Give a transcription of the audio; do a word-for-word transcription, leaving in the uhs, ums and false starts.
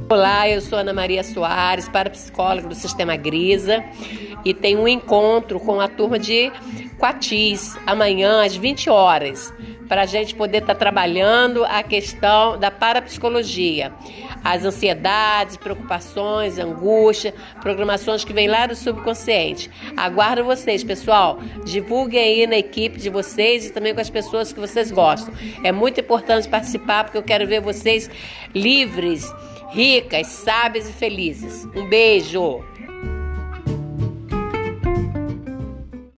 Olá, eu sou Ana Maria Soares, parapsicóloga do Sistema Grisa, e tenho um encontro com a turma de Quatis amanhã às vinte horas, para a gente poder estar trabalhando a questão da parapsicologia, as ansiedades, preocupações, angústia, programações que vêm lá do subconsciente. Aguardo vocês, pessoal. Divulguem aí na equipe de vocês e também com as pessoas que vocês gostam. É muito importante participar, porque eu quero ver vocês livres, ricas, sábias e felizes. Um beijo!